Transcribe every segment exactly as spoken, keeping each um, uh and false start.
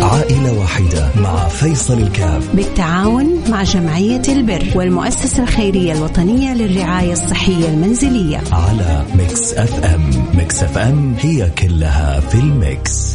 عائلة واحدة مع فيصل الكاف بالتعاون مع جمعية البر والمؤسسة الخيرية الوطنية للرعاية الصحية المنزلية على ميكس اف ام. ميكس اف ام هي كلها في الميكس.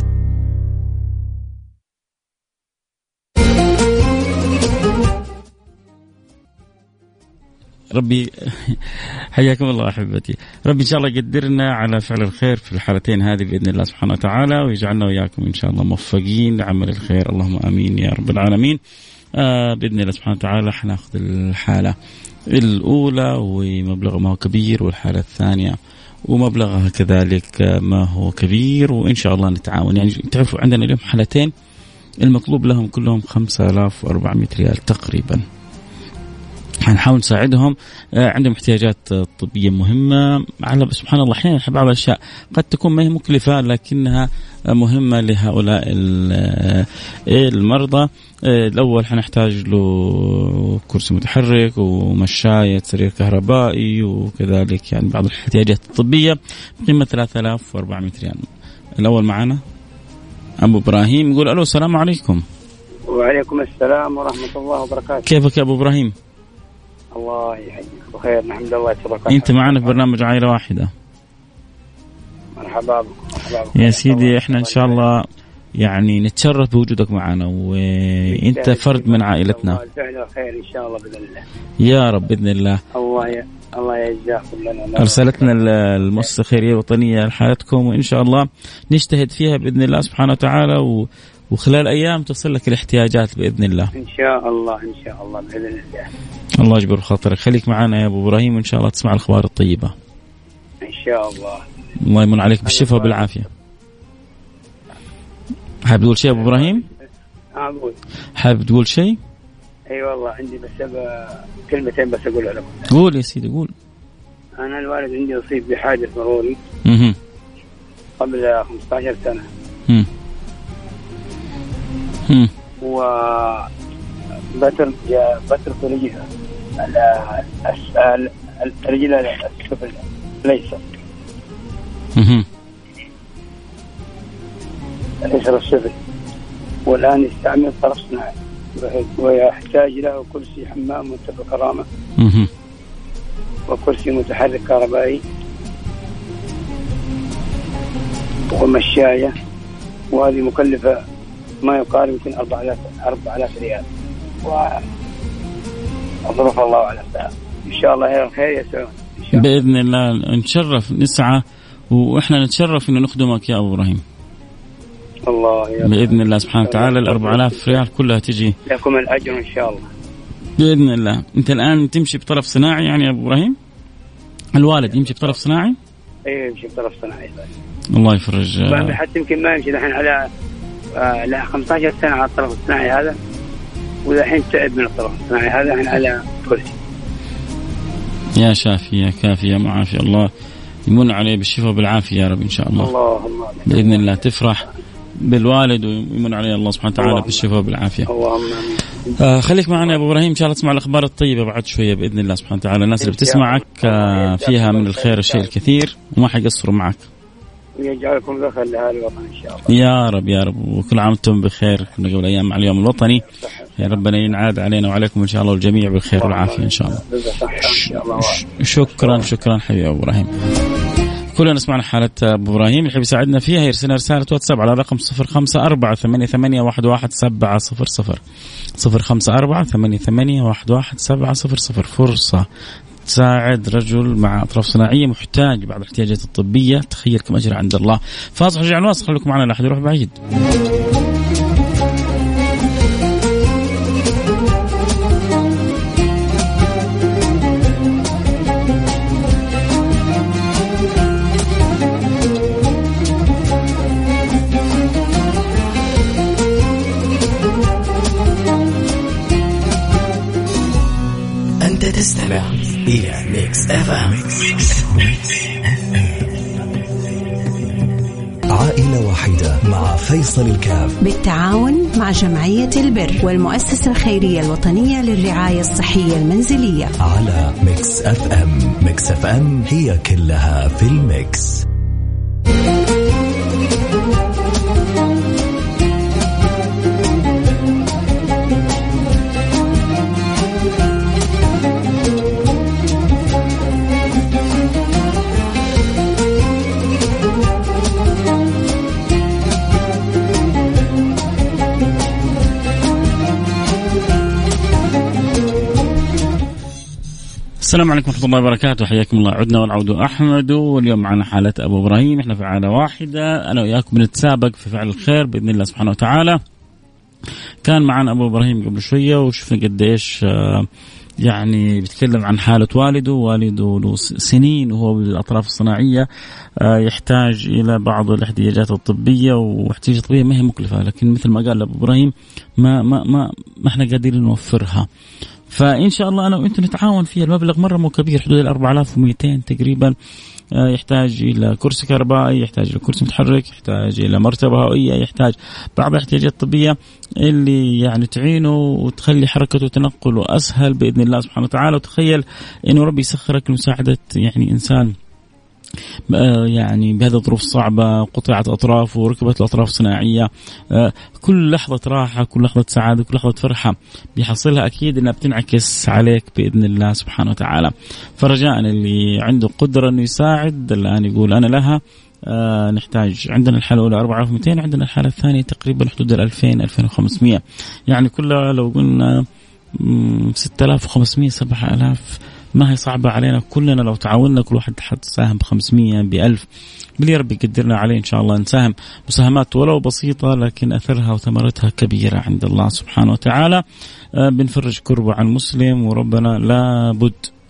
ربي حياكم الله أحبتي. ربي إن شاء الله يقدرنا على فعل الخير في الحالتين هذه بإذن الله سبحانه وتعالى، ويجعلنا وياكم إن شاء الله موفقين لعمل الخير، اللهم آمين يا رب العالمين. آه بإذن الله سبحانه وتعالى حناخذ الحالة الأولى ومبلغ ما هو كبير، والحالة الثانية ومبلغها كذلك ما هو كبير، وإن شاء الله نتعاون. يعني تعرفوا عندنا اليوم حالتين المطلوب لهم كلهم خمسة آلاف وأربعمائة ريال تقريبا. هنحاول نساعدهم، عندهم احتياجات طبية مهمة، على سبحان الله أحيانا بعض الأشياء قد تكون ما هي مكلفة لكنها مهمة لهؤلاء المرضى. الأول حنحتاج له كرسي متحرك ومشاية سرير كهربائي، وكذلك يعني بعض الاحتياجات الطبية بقيمة ثلاثة آلاف وأربعمائة ريال. الأول معنا أبو إبراهيم، يقول ألو السلام عليكم. وعليكم السلام ورحمة الله وبركاته. كيفك يا أبو إبراهيم؟ الله يحييك بخير، نحمد الله تبارك. أنت معنا في برنامج عائلة واحدة. مرحبا بك يا سيدي، إحنا إن شاء الله يعني نتشرف بوجودك معنا، وأنت فرد من عائلتنا. الله خير إن شاء الله بإذن الله. يا رب بإذن الله. الله ي... الله يجزاكم لنا. أرسلتنا المؤسسة الخيرية الوطنية لحالتكم، وإن شاء الله نجتهد فيها بإذن الله سبحانه وتعالى، و... وخلال أيام تصل لك الاحتياجات بإذن الله. إن شاء الله إن شاء الله بإذن الله. الله يجبر خاطرك، خليك معنا يا أبو إبراهيم، وإن شاء الله تسمع الأخبار الطيبة. إن شاء الله. الله يمن عليك بالشفاء وبالعافية. حابب تقول شيء أبو إبراهيم؟ أقول. حابب تقول شيء؟ أي والله عندي بس كلمتين بس أقولها لكم. قول يا سيدي قول. أنا الوالد عندي أصيب بحادث مروري قبل خمسة عشر سنة. مم. مم. و بتر بتر رجلها رجلها السفل ليس اليسر السفل، والآن يستعمل طرف صناعي ويحتاج له كرسي حمام مرتفع كرامة وكرسي متحرك كهربائي ومشاية، وهذه مكلفة ما يقارب يمكن أربعة آلاف أربعة آلاف ريال، وأضرف الله على الساعة. إن شاء الله هي الخير يسعون بإذن الله. نتشرف نسعى، وإحنا نتشرف إنه نخدمك يا أبو إبراهيم. الله يا بإذن الله سبحانه وتعالى. الأربعة آلاف ريال كلها تجي لكم الأجر إن شاء الله بإذن الله. أنت الآن تمشي بطرف صناعي يعني يا أبو إبراهيم؟ الوالد يمشي بطرف صناعي؟ إيه يمشي بطرف صناعي. الله يفرج. حتى يمكن ما يمشي الحين على آه لا خمسة عشر سنة على الطرف الصناعي هذا، والحين تعب من الطرف الصناعي هذا الحين على كرسي. يا شافي يا كافي يا معافي، الله يمن عليه بالشفاء بالعافية يا رب إن شاء الله. الله الله بإذن الله تفرح بالوالد ويمن عليه الله سبحانه وتعالى بالشفاء بالعافية. اللهم آمين. آه خليك معنا يا أبو إبراهيم، إن شاء الله تسمع الأخبار الطيبة بعد شوية بإذن الله سبحانه وتعالى. الناس اللي بتسمعك آه فيها من الخير الشيء الكثير، وما حيقصروا معك. ويجعلكم ذخر لهذا الوطن إن شاء الله. يا رب يا رب، وكل عام وانتم بخير. كنا قبل أيام مع اليوم الوطني، يا ربنا ينعاد علينا وعليكم إن شاء الله والجميع بالخير والعافية إن شاء الله. شكرا شكرا حبيبي أبو إبراهيم. كلنا سمعنا حالة أبو إبراهيم، يحب يساعدنا فيها يرسلنا رسالة واتساب على رقم صفر خمسة أربعة ثمانية ثمانية واحد واحد سبعة صفر صفر صفر خمسة أربعة ثمانية ثمانية واحد واحد سبعة صفر صفر. فرصة تساعد رجل مع أطراف صناعية محتاج بعض الاحتياجات الطبية، تخيل كم أجر عند الله. فاصل رجع الواصل، خليكم معنا لا أحد يروح بعيد. أنت تستمع إلى ميكس اف ام. عائلة واحدة مع فيصل الكاف بالتعاون مع جمعية البر والمؤسسة الخيرية الوطنية للرعاية الصحية المنزلية على ميكس اف ام. ميكس اف ام هي كلها في الميكس. السلام عليكم ورحمة الله وبركاته، حياكم الله. عدنا والعود أحمد، واليوم معنا حالة أبو إبراهيم. إحنا في عادة واحدة، أنا وياكم بنتسابق في فعل الخير بإذن الله سبحانه وتعالى. كان معنا أبو إبراهيم قبل شوية وشفنا قديش يعني بيتكلم عن حالة والده. والده له سنين وهو بالأطراف الصناعية، يحتاج إلى بعض الاحتياجات الطبية، واحتياجات طبية ما هي مكلفة، لكن مثل ما قال أبو إبراهيم ما ما ما ما إحنا قادرين نوفرها. فإن شاء الله أنا وأنتم نتعاون فيها. المبلغ مرة مو كبير، حدود الأربعة آلاف ومئتين تقريبا. يحتاج إلى كرسي كهربائي، يحتاج إلى كرسي متحرك، يحتاج إلى مرتبة هوائية، يحتاج بعض الاحتياجات الطبية اللي يعني تعينه وتخلي حركته وتنقله أسهل بإذن الله سبحانه وتعالى. وتخيل إنه ربي يسخرك لمساعدة يعني إنسان يعني بهذه الظروف الصعبة، قطعت أطراف وركبت الأطراف الصناعية. كل لحظة راحة، كل لحظة سعادة، كل لحظة فرحة بيحصلها أكيد إنها بتنعكس عليك بإذن الله سبحانه وتعالى. فرجاء اللي عنده قدرة إنه يساعد الآن يقول أنا لها. آه نحتاج عندنا الحالة الأولى أربعة آلاف ومئتين، عندنا الحالة الثانية تقريبا حدود الألفين ألفين وخمسمية، يعني كلها لو قلنا ستة آلاف وخمسمية سبعة آلاف. ما هي صعبة علينا كلنا لو تعاوننا، كل واحد حد ساهم بخمسمية بألف باللي ربي يقدرنا عليه. إن شاء الله نساهم مساهمات ولو بسيطة، لكن أثرها وثمرتها كبيرة عند الله سبحانه وتعالى. آه بنفرج كربة عن مسلم، وربنا لابد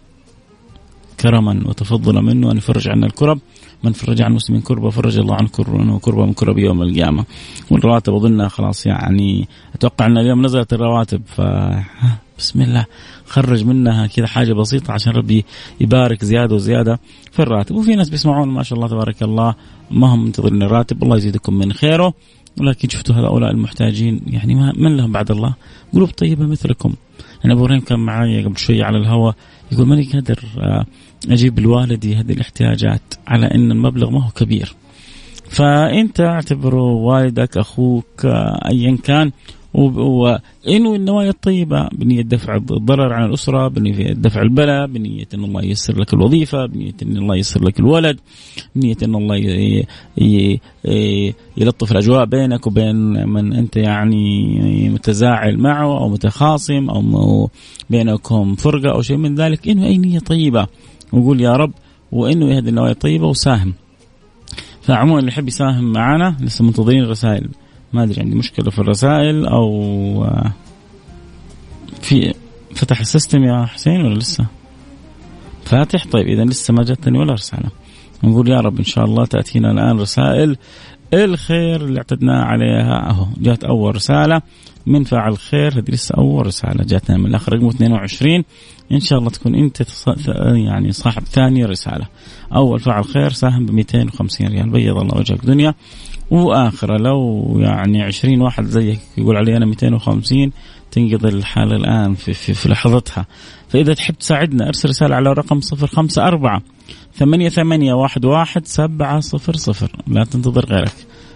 كرما وتفضلا منه أن يفرج عنا الكرب. من فرج عن مسلم كربة فرج الله عن كربة من كرب يوم القيامة. والرواتب أظنها خلاص، يعني أتوقع أن اليوم نزلت الرواتب، ف بسم الله خرج منها كذا حاجة بسيطة عشان ربي يبارك زيادة وزيادة في الراتب. وفي ناس بيسمعون ما شاء الله تبارك الله ما هم منتظرين الراتب، الله يزيدكم من خيره. ولكن شفتوا هؤلاء المحتاجين يعني ما من لهم بعد الله قلوب طيبة مثلكم. يعني أبو إبراهيم كان معي قبل شوية على الهواء يقول ماني قادر أجيب لوالدي هذه الاحتياجات، على أن المبلغ ما هو كبير. فأنت اعتبره والدك، أخوك، أيا كان، وإنه النوايا الطيبة بنية دفع الضرر عن الأسرة، بنية دفع البلاء، بنية أن الله ييسر لك الوظيفة، بنية أن الله ييسر لك الولد، بنية أن الله يلطف الأجواء بينك وبين من أنت يعني متزاعل معه أو متخاصم أو بينكم فرقة أو شيء من ذلك. إنه أي نية طيبة وقول يا رب، وإنه هذه النوايا الطيبة وساهم. فعموما اللي يحب يساهم معنا لسه منتظرين الرسائل. ما أدري عندي مشكلة في الرسائل أو في فتح السيستم يا حسين ولا لسه فاتح؟ طيب إذا لسه ما جاتني ولا رسالة. نقول يا رب إن شاء الله تأتينا الآن رسائل الخير اللي اعتدنا عليها. أهو جات أول رسالة من فاعل خير، هذه لسه أول رسالة جاتنا من الآخر رقم اثنين وعشرين. إن شاء الله تكون أنت يعني صاحب ثاني رسالة. أول فاعل خير ساهم بمئتين وخمسين ريال، بيض الله وجهك دنيا وآخرة. لو يعني عشرين واحد زيك يقول علي أنا مئتين وخمسين تنقضي الحالة الآن في, في, في لحظتها. فإذا تحب تساعدنا ارسل رسالة على رقم صفر خمسة أربعة ثمانية ثمانية واحد واحد سبعة صفر صفر، لا تنتظر غيرك.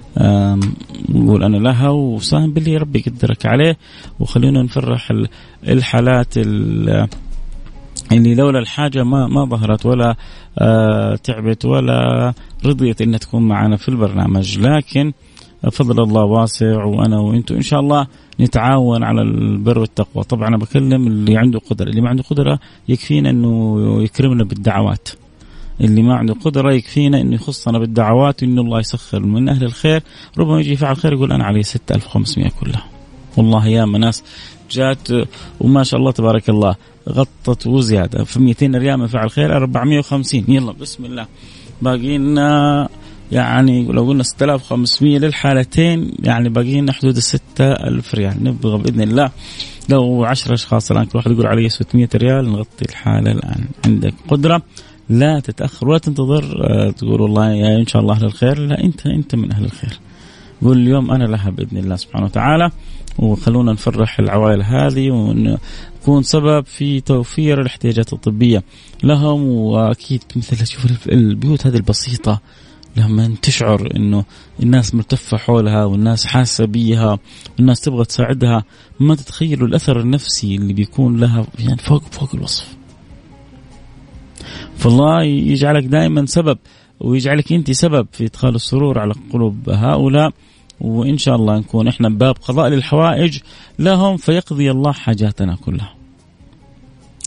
نقول أنا لها وساهم باللي ربي يقدرك عليه، وخلينا نفرح الحالات اللي لولا الحاجة ما ما ظهرت ولا آه تعبت ولا رضيت إن تكون معنا في البرنامج. لكن فضل الله واسع، وأنا وإنتو إن شاء الله نتعاون على البر والتقوى. طبعا أنا بكلم اللي عنده قدرة، اللي ما عنده قدرة يكفينا إنه يكرمنا بالدعوات، اللي ما عنده قدرة يكفينا إنه يخصنا بالدعوات، إنه الله يسخر من أهل الخير. ربما يجي فعل خير يقول أنا علي ستة ألف وخمسمائة كلها. والله يا ناس جات وما شاء الله تبارك الله غطت وزيادة في مئتين ريال من فعل خير أربعمائة وخمسين. يلا بسم الله باقينا يعني لو قلنا ستة آلاف وخمسمائة للحالتين، يعني باقينا حدود الستة ألف ريال. نبغى بإذن الله لو عشرة أشخاص الآن كل واحد يقول علي ستمائة ريال نغطي الحالة الآن. عندك قدرة لا تتأخر ولا تنتظر تقول والله يا إن شاء الله أهل الخير، لا أنت أنت من أهل الخير. قول اليوم أنا لها بإذن الله سبحانه وتعالى، وخلونا نفرح العوائل هذه ونكون سبب في توفير الاحتياجات الطبية لهم. وأكيد مثل تشوف البيوت هذه البسيطة لما تشعر إنه الناس ملتفة حولها والناس حاسة بيها والناس تبغى تساعدها، ما تتخيلوا الأثر النفسي اللي بيكون لها يعني فوق فوق الوصف. فالله يجعلك دائما سبب، ويجعلك أنت سبب في إدخال السرور على قلوب هؤلاء. وإن شاء الله نكون إحنا باب قضاء للحوائج لهم، فيقضي الله حاجاتنا كلها.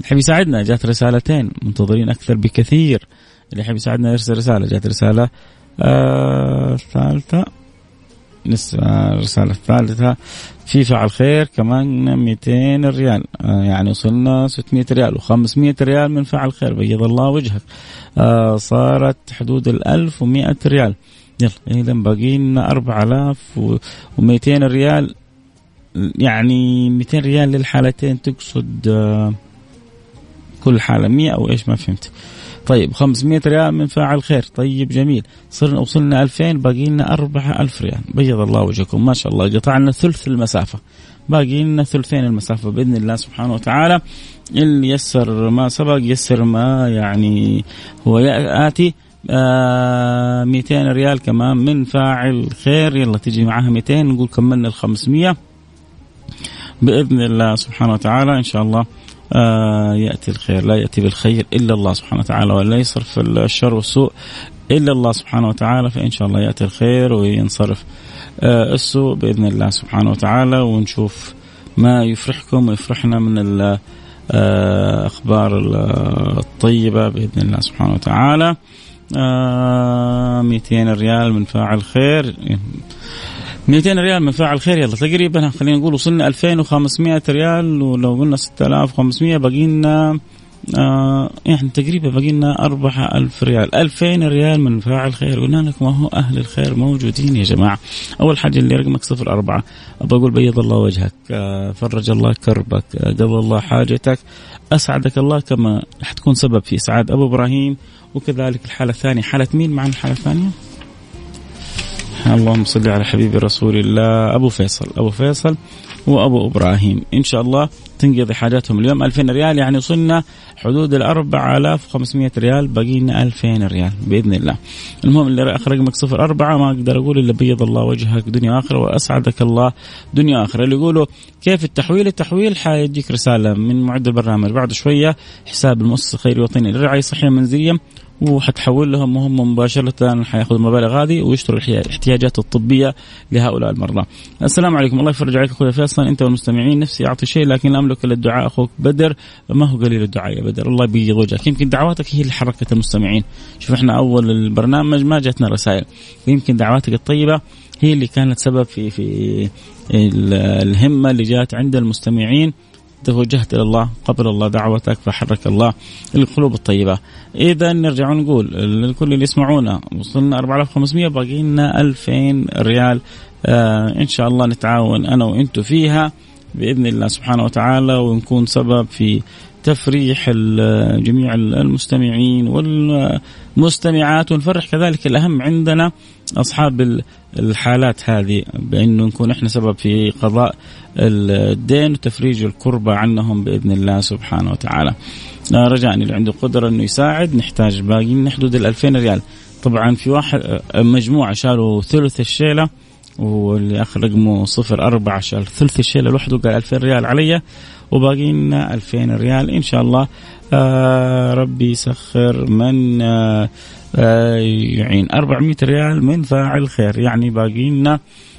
يحب يساعدنا جات رسالتين، منتظرين أكثر بكثير. اللي يحب يساعدنا يرسل رسالة. جات رسالة آه ثالثة، لسه الرسالة الثالثة في فعل خير كمان مئتين ريال، آه يعني وصلنا ستمائة ريال وخمسمائة ريال من فعل خير، بيض الله وجهك. آه صارت حدود الألف ومائة ريال. يلا إذا باقي لنا أربعة آلاف ومئتين ريال، يعني مئتين ريال للحالتين. تقصد آه كل حالة مئة أو إيش؟ ما فهمت. طيب خمسمائة ريال من فاعل خير. طيب جميل، صرنا وصلنا ألفين، باقي لنا أربعة ألف ريال. بيض الله وجهكم ما شاء الله، قطعنا ثلث المسافة، باقي لنا ثلثين المسافة بإذن الله سبحانه وتعالى. اللي يسر ما سبق يسر ما يعني هو آتي. آه مئتين ريال كمان من فاعل خير، يلا تجي معها مئتين، نقول كملنا الخمسمية بإذن الله سبحانه وتعالى. إن شاء الله آه يأتي الخير، لا يأتي بالخير إلا الله سبحانه وتعالى، ولا يصرف الشر والسوء إلا الله سبحانه وتعالى. فإن شاء الله يأتي الخير وينصرف آه السوء بإذن الله سبحانه وتعالى، ونشوف ما يفرحكم ويفرحنا من الأخبار الطيبة بإذن الله سبحانه وتعالى. آه مئتين ريال من فاعل خير، مئتين ريال من فاعل خير. يلا تقريبا خلينا نقول وصلنا ألفين وخمسمائة ريال، ولو قلنا ستة آلاف وخمسمائة باقينا آه يعني تقريبا باقينا أربعة ألف ريال. ألفين ريال من فاعل خير. قلنا لكم ما هو أهل الخير موجودين يا جماعة. أول حاجة اللي رقمك صفر أربعة، أبغى أقول بيض الله وجهك، آه فرج الله كربك، آه قضى الله حاجتك، أسعدك الله كما حتكون سبب في إسعاد أبو إبراهيم. وكذلك الحالة الثانية، حالة مين معنا الحالة الثانية؟ اللهم صل على حبيب رسول الله، أبو فيصل. أبو فيصل وأبو إبراهيم إن شاء الله تنقضي حاجاتهم اليوم. ألفين ريال، يعني وصلنا حدود الأربعة آلاف وخمسمائة ريال، بقينا ألفين ريال بإذن الله. المهم اللي آخر رقمك صفر أربعة ما أقدر أقول إلا بيض الله وجهك دنيا آخرة وأسعدك الله دنيا آخرة. اللي يقولوا كيف التحويل؟ التحويل حيجيك رسالة من معد البرنامج بعد شوية، حساب المؤسسة الخيرية الوطنية للرعاية الصحية المنزلية، وحتحول لهم وهم مباشرة حياخذوا المبالغ هذه ويشتروا الاحتياجات الطبية لهؤلاء المرضى. السلام عليكم، الله يفرج عليك أخوي فيصل أنت والمستمعين. نفسي أعطي شيء لكن لا أملك إلا الدعاء. أخوك بدر، ما هو قليل الدعاء يا بدر، الله يبيض وجهك. يمكن دعواتك هي اللي حركت المستمعين. شوف إحنا أول البرنامج ما جاتنا رسائل، ويمكن دعواتك الطيبة هي اللي كانت سبب في في الهمة اللي جات عند المستمعين. توجهت إلى الله، قبل الله دعوتك فحرك الله القلوب الطيبة. إذا نرجع نقول للكل اللي يسمعونا وصلنا أربعة آلاف وخمسمائة، باقي لنا ألفين ريال. آه إن شاء الله نتعاون أنا وإنتو فيها بإذن الله سبحانه وتعالى، ونكون سبب في تفريح جميع المستمعين والمستمعات، ونفرح كذلك الأهم عندنا أصحاب الحالات هذه، بأنه نكون إحنا سبب في قضاء الدين وتفريج الكربة عنهم بإذن الله سبحانه وتعالى. رجعني اللي عنده قدرة إنه يساعد، نحتاج باقي من حدود الألفين ريال. طبعا في واحد مجموعة شالوا ثلث الشيلة، واللي آخر رقمه صفر أربعة شال ثلث الشيلة لوحده، قال ألفين ريال علي، وباقي لنا ألفين ريال إن شاء الله. آه ربي يسخر من آه آه يعين. أربعمائة ريال من فاعل خير، يعني باقي لنا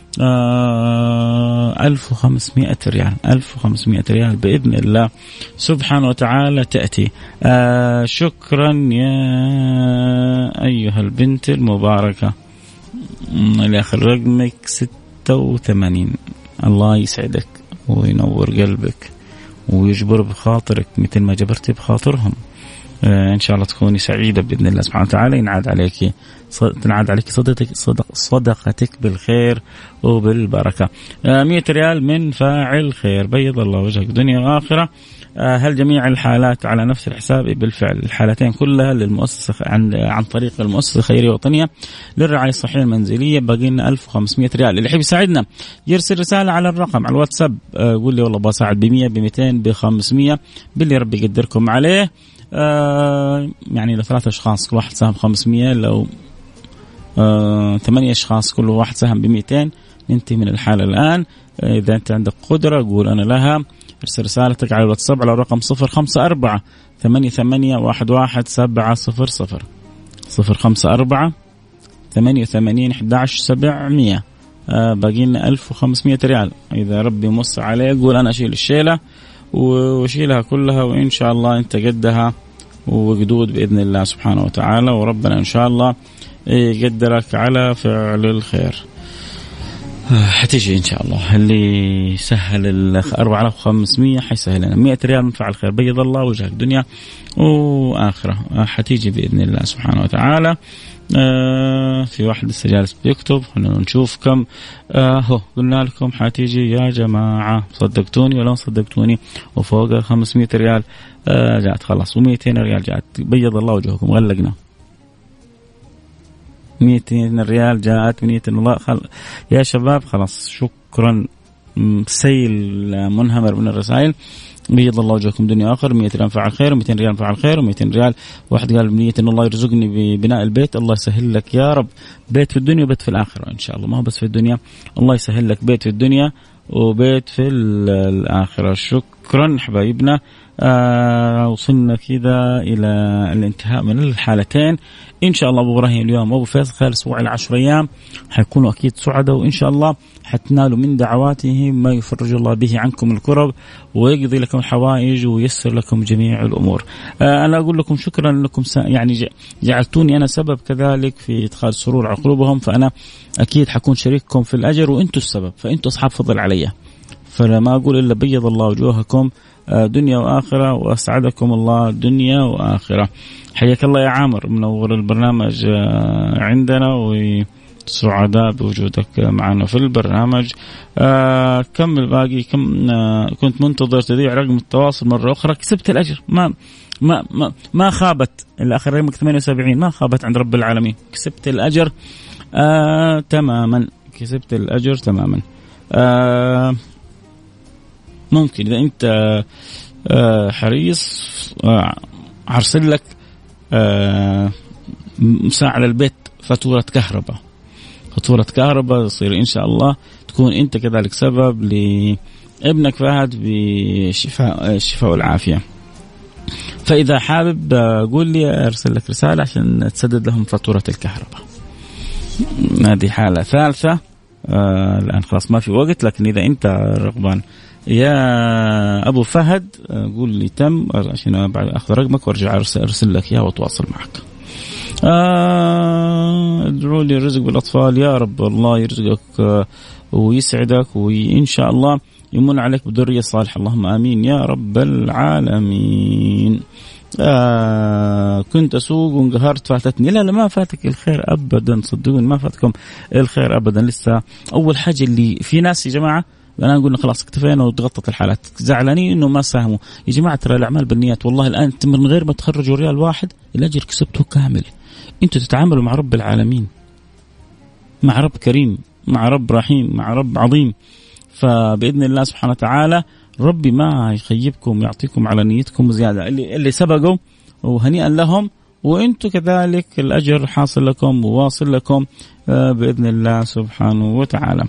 آه ألف وخمسمائة ريال. ألف وخمسمائة ريال بإذن الله سبحانه وتعالى تأتي. آه شكرا يا أيها البنت المباركة. الآخر رقمك ستة وثمانين. الله يسعدك وينور قلبك ويجبر بخاطرك مثل ما جبرت بخاطرهم. آه إن شاء الله تكوني سعيدة بإذن الله سبحانه وتعالى. ينعاد عليك تنعاد عليك صدقتك, صدق صدقتك بالخير وبالبركة. آه مئة ريال من فاعل خير، بيض الله وجهك دنيا وآخرة. آه هل جميع الحالات على نفس الحساب؟ بالفعل الحالتين كلها للمؤسسة عن, عن طريق المؤسسة الخيرية الوطنية للرعاية الصحية المنزلية. باقينا ألف وخمسمائة ريال. اللي يحب يساعدنا يرسل رسالة على الرقم على الواتساب، آه قول لي والله بساعد بمية بمئتين بخمسمية باللي ربي يقدركم عليه. آه يعني لثلاثة أشخاص كل واحد سهم خمسمية، لو آه ثمانية أشخاص كل واحد سهم بمئتين، ننتهي من الحالة الآن. آه إذا أنت عندك قدرة قول أنا لها، ارسل رسالتك على الواتساب على الرقم صفر خمسة أربعة ثمانية ثمانية واحد واحد سبعة صفر صفر صفر خمسة أربعة ثمانية ثمانين أحد عشر سبعمية. آه باقينا ألف وخمسمائة ريال. إذا ربي مص عليه قول أنا أشيل الشيلة وشيلها كلها، وإن شاء الله أنت قدها وقدود بإذن الله سبحانه وتعالى، وربنا إن شاء الله يقدرك على فعل الخير. حتيجي إن شاء الله اللي سهل ال أربعة آلاف وخمسمية حيسهل لنا مئة ريال من فعل خير، بيض الله وجهك دنيا وآخرة. حتيجي بإذن الله سبحانه وتعالى. آه في واحد لسه جالس بيكتب، خلينا نشوف كم. آه هو قلنا لكم حتيجي يا جماعة، صدقتوني ولا صدقتوني، وفوق خمسمية ريال آه جاءت خلاص، ومئتين ريال جاءت، بيض الله وجهكم، غلقنا مئتين ريال جاءت، مئتين الله خل... يا شباب خلاص شكرا. سيل منهمر من الرسائل، بيض الله وجهكم دنيا آخر. مئة ريال فعل خير، ومئتين ريال فعل خير، ومئتين ريال. واحد قال بنية إن الله يرزقني ببناء البيت، الله يسهل لك يا رب بيت في الدنيا وبيت في الآخرة إن شاء الله، ما هو بس في الدنيا، الله يسهل لك بيت في الدنيا وبيت في الآخرة. شكرا حبايبنا. آه وصلنا كذا إلى الانتهاء من الحالتين إن شاء الله. أبو إبراهيم اليوم أبو فيصل خلال أسبوع العشر أيام حيكونوا أكيد سعداء، وإن شاء الله حتنالوا من دعواتهم ما يفرج الله به عنكم الكرب، ويقضي لكم الحوائج، وييسر لكم جميع الأمور. آه أنا أقول لكم شكرا لكم، يعني جعلتوني أنا سبب كذلك في إدخال سرور على قلوبهم، فأنا أكيد حكون شريككم في الأجر، وأنتوا السبب، فأنتوا أصحاب فضل علي، فما أقول إلا بيض الله وجوهكم دنيا وآخرة، وأسعدكم الله دنيا وآخرة. حياك الله يا عامر، منور البرنامج عندنا، وسعداء بوجودك معنا في البرنامج. آه كمل باقي كم. آه كنت منتظر تذيع رقم التواصل مرة أخرى، كسبت الأجر، ما ما ما, ما خابت. الآخر رقمك ثمانية وسبعين، ما خابت عند رب العالمين، كسبت الأجر آه تماما، كسبت الأجر تماما. آه ممكن إذا أنت حريص أرسل لك مساعدة البيت، فاتورة كهرباء، فاتورة كهرباء تصير إن شاء الله تكون أنت كذلك سبب لابنك فهد بشفاء الشفاء والعافية. فإذا حابب قول لي أرسل لك رسالة عشان تسدد لهم فاتورة الكهرباء. هذه حالة ثالثة. آه الآن خلاص ما في وقت، لكن إذا أنت رغبان يا أبو فهد قول لي تم عشان بعد أخذ رقمك وارجع أرسل لك إياه وأتواصل معك. آه ادعوا لي الرزق بالأطفال يا رب، الله يرزقك ويسعدك، وإن شاء الله يمن عليك بذرية صالحة، اللهم آمين يا رب العالمين. آه كنت أسوق وانقهرت فاتتني. لا لا ما فاتك الخير أبدا، صدقوني ما فاتكم الخير أبدا. لسه أول حاجة اللي في ناس يا جماعة، أنا قلنا خلاص اكتفينا وتغطت الحالات، زعلانين إنه ما ساهموا. يا جماعة ترى الأعمال بالنيات، والله الآن من غير ما تخرجوا ريال واحد الأجر كسبته كامل. أنتوا تتعاملوا مع رب العالمين، مع رب كريم، مع رب رحيم، مع رب عظيم. فبإذن الله سبحانه وتعالى ربي ما يخيبكم، يعطيكم على نيتكم زيادة. اللي اللي سبقوا وهنيئا لهم، وأنتوا كذلك الأجر حاصل لكم وواصل لكم بإذن الله سبحانه وتعالى.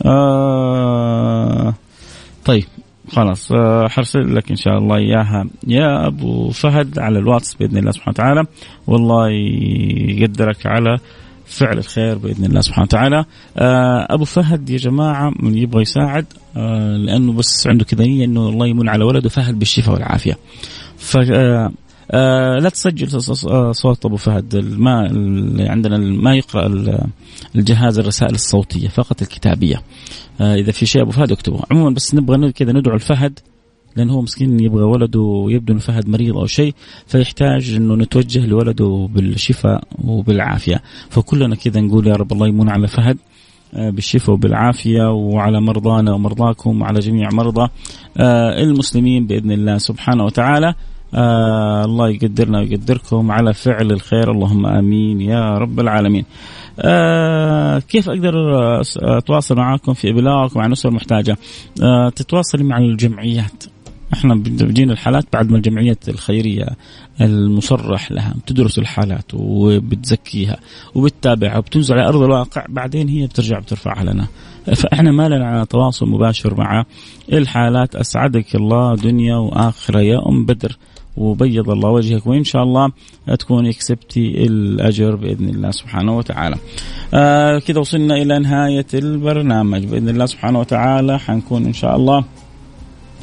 آه طيب خلاص آه حرسل لك إن شاء الله إياها يا أبو فهد على الواتس بإذن الله سبحانه وتعالى، والله يقدرك على فعل الخير بإذن الله سبحانه وتعالى. آه أبو فهد يا جماعة من يبغى يساعد آه لأنه بس عنده كذا نية إنه الله يمن على ولده فهد بالشفاء والعافية. ف آه آه لا تسجل صوت أبو فهد، ما عندنا ما يقرأ الجهاز الرسائل الصوتية، فقط الكتابية. آه إذا في شيء أبو فهد اكتبه. عموما بس نبغى كذا ندعو الفهد، لأنه هو مسكين يبغى ولده ويبدو أن فهد مريض أو شيء، فيحتاج أنه نتوجه لولده بالشفاء وبالعافية. فكلنا كذا نقول يا رب الله يمن على فهد بالشفاء وبالعافية، وعلى مرضانا ومرضاكم وعلى جميع مرضى المسلمين بإذن الله سبحانه وتعالى. آه الله يقدرنا ويقدركم على فعل الخير، اللهم آمين يا رب العالمين. آه كيف أقدر أتواصل معكم في إبلاغكم عن أسر محتاجة؟ آه تتواصلي مع الجمعيات. احنا بنجينا الحالات بعد ما الجمعيات الخيرية المصرح لها بتدرس الحالات وبتزكيها وبتتابعها وبتنزل على أرض الواقع، بعدين هي بترجع بترفعها لنا. فإحنا ما لنا تواصل مباشر مع الحالات. أسعدك الله دنيا وآخرة يا أم بدر، وبيض الله وجهك، وإن شاء الله تكوني كسبتي الأجر بإذن الله سبحانه وتعالى. آه كده وصلنا إلى نهاية البرنامج بإذن الله سبحانه وتعالى. حنكون إن شاء الله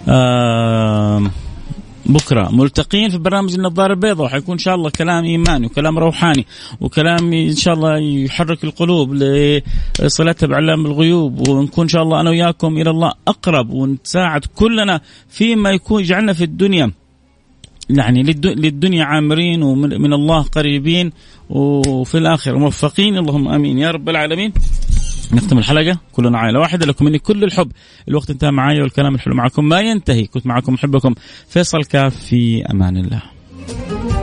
آه بكرة ملتقين في برنامج النظارة البيضاء، وحيكون إن شاء الله كلام إيماني وكلام روحاني وكلام إن شاء الله يحرك القلوب لصلتها بعلام الغيوب، ونكون إن شاء الله أنا وياكم إلى الله أقرب، ونتساعد كلنا فيما يكون يجعلنا في الدنيا يعني للدنيا عامرين ومن الله قريبين، وفي الآخر موفقين. اللهم آمين يا رب العالمين. نختم الحلقة كلنا عائلة واحدة. لكم مني كل الحب. الوقت انتهى معايا والكلام الحلو معكم ما ينتهي. كنت معكم محبكم فيصل كاف، في أمان الله.